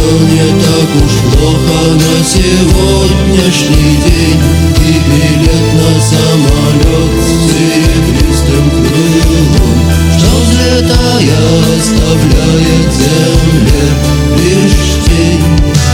не так уж плохо на сегодняшний день. И билет на самолет с серебристым крылом, что взлетая оставляет земле лишь тень.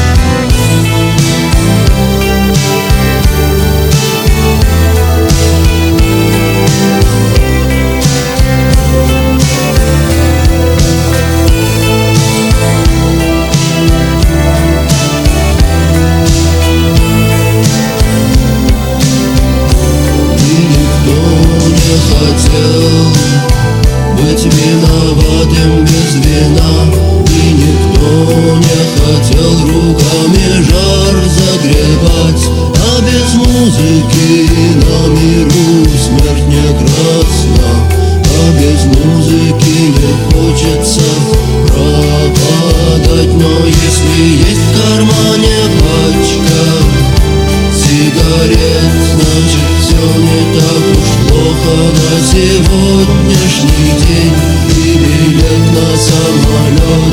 Быть виноватым без вина, и никто не хотел руками жар загребать. А без музыки на миру смерть не красна, а без музыки не хочется пропадать. Но если есть в кармане пачка сигарет, значит все не так уж плохо на сегодняшний день. И билет на самолет